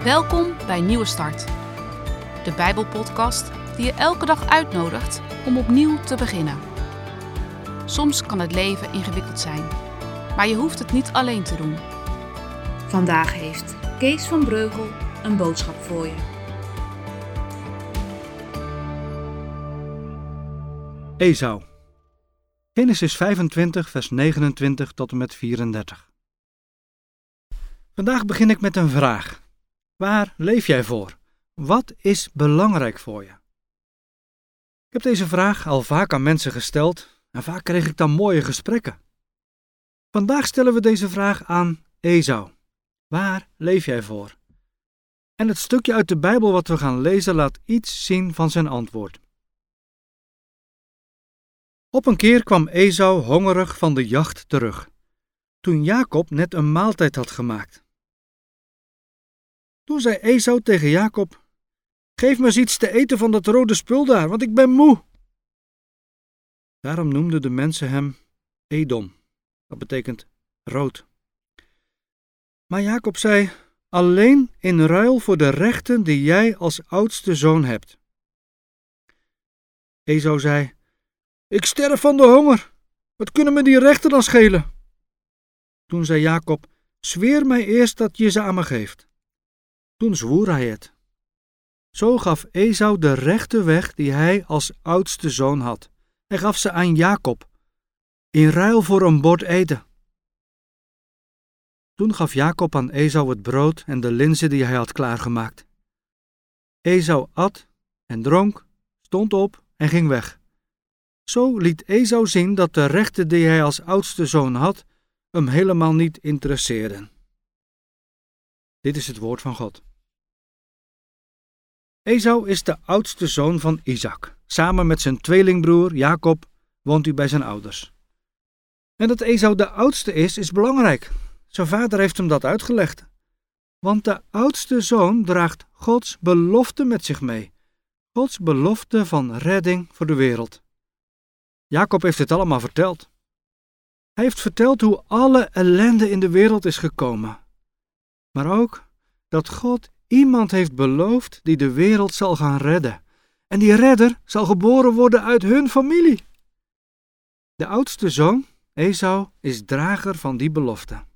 Welkom bij Nieuwe Start. De Bijbelpodcast die je elke dag uitnodigt om opnieuw te beginnen. Soms kan het leven ingewikkeld zijn, maar je hoeft het niet alleen te doen. Vandaag heeft Kees van Breugel een boodschap voor je. Esau. Genesis 25 vers 29 tot en met 34. Vandaag begin ik met een vraag. Waar leef jij voor? Wat is belangrijk voor je? Ik heb deze vraag al vaak aan mensen gesteld en vaak kreeg ik dan mooie gesprekken. Vandaag stellen we deze vraag aan Esau. Waar leef jij voor? En het stukje uit de Bijbel wat we gaan lezen laat iets zien van zijn antwoord. Op een keer kwam Esau hongerig van de jacht terug, toen Jacob net een maaltijd had gemaakt. Toen zei Esau tegen Jacob: "Geef me eens iets te eten van dat rode spul daar, want ik ben moe." Daarom noemden de mensen hem Edom, dat betekent rood. Maar Jacob zei: "Alleen in ruil voor de rechten die jij als oudste zoon hebt." Esau zei: "Ik sterf van de honger. Wat kunnen me die rechten dan schelen?" Toen zei Jacob: "Zweer mij eerst dat je ze aan me geeft." Toen zwoer hij het. Zo gaf Esau de rechte weg die hij als oudste zoon had. Hij gaf ze aan Jacob, in ruil voor een bord eten. Toen gaf Jacob aan Esau het brood en de linzen die hij had klaargemaakt. Esau at en dronk, stond op en ging weg. Zo liet Esau zien dat de rechten die hij als oudste zoon had, hem helemaal niet interesseerden. Dit is het woord van God. Esau is de oudste zoon van Isaac. Samen met zijn tweelingbroer Jacob woont hij bij zijn ouders. En dat Esau de oudste is belangrijk. Zijn vader heeft hem dat uitgelegd. Want de oudste zoon draagt Gods belofte met zich mee. Gods belofte van redding voor de wereld. Jacob heeft het allemaal verteld. Hij heeft verteld hoe alle ellende in de wereld is gekomen. Maar ook dat God iemand heeft beloofd die de wereld zal gaan redden. En die redder zal geboren worden uit hun familie. De oudste zoon, Esau, is drager van die belofte.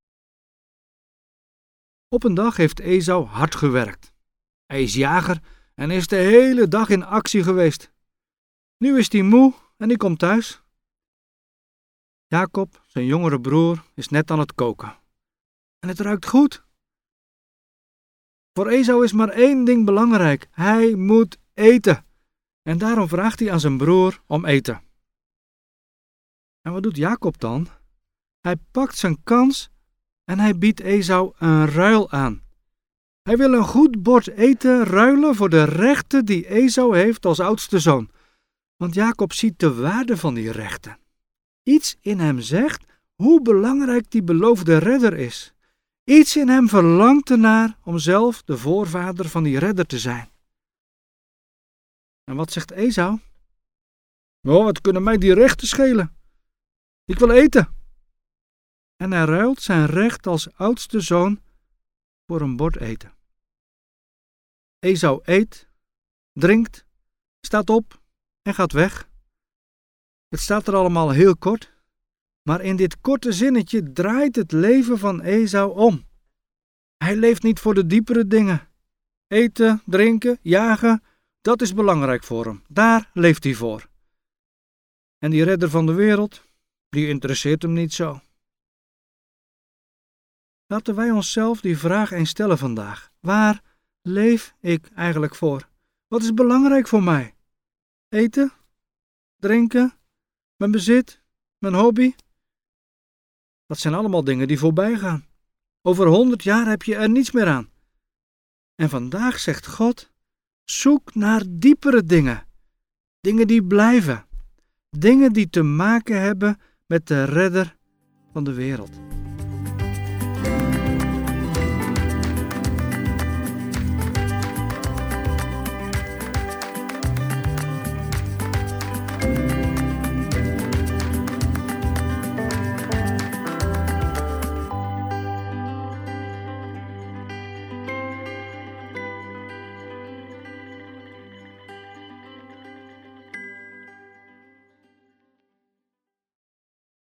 Op een dag heeft Esau hard gewerkt. Hij is jager en is de hele dag in actie geweest. Nu is hij moe en hij komt thuis. Jacob, zijn jongere broer, is net aan het koken. En het ruikt goed. Voor Esau is maar één ding belangrijk. Hij moet eten. En daarom vraagt hij aan zijn broer om eten. En wat doet Jacob dan? Hij pakt zijn kans en hij biedt Esau een ruil aan. Hij wil een goed bord eten ruilen voor de rechten die Esau heeft als oudste zoon. Want Jacob ziet de waarde van die rechten. Iets in hem zegt hoe belangrijk die beloofde redder is. Iets in hem verlangt ernaar om zelf de voorvader van die redder te zijn. En wat zegt Esau? "Oh, wat kunnen mij die rechten schelen? Ik wil eten." En hij ruilt zijn recht als oudste zoon voor een bord eten. Esau eet, drinkt, staat op en gaat weg. Het staat er allemaal heel kort. Maar in dit korte zinnetje draait het leven van Esau om. Hij leeft niet voor de diepere dingen. Eten, drinken, jagen, dat is belangrijk voor hem. Daar leeft hij voor. En die redder van de wereld, die interesseert hem niet zo. Laten wij onszelf die vraag eens stellen vandaag. Waar leef ik eigenlijk voor? Wat is belangrijk voor mij? Eten? Drinken? Mijn bezit? Mijn hobby? Dat zijn allemaal dingen die voorbij gaan. Over 100 jaar heb je er niets meer aan. En vandaag zegt God: zoek naar diepere dingen. Dingen die blijven. Dingen die te maken hebben met de redder van de wereld.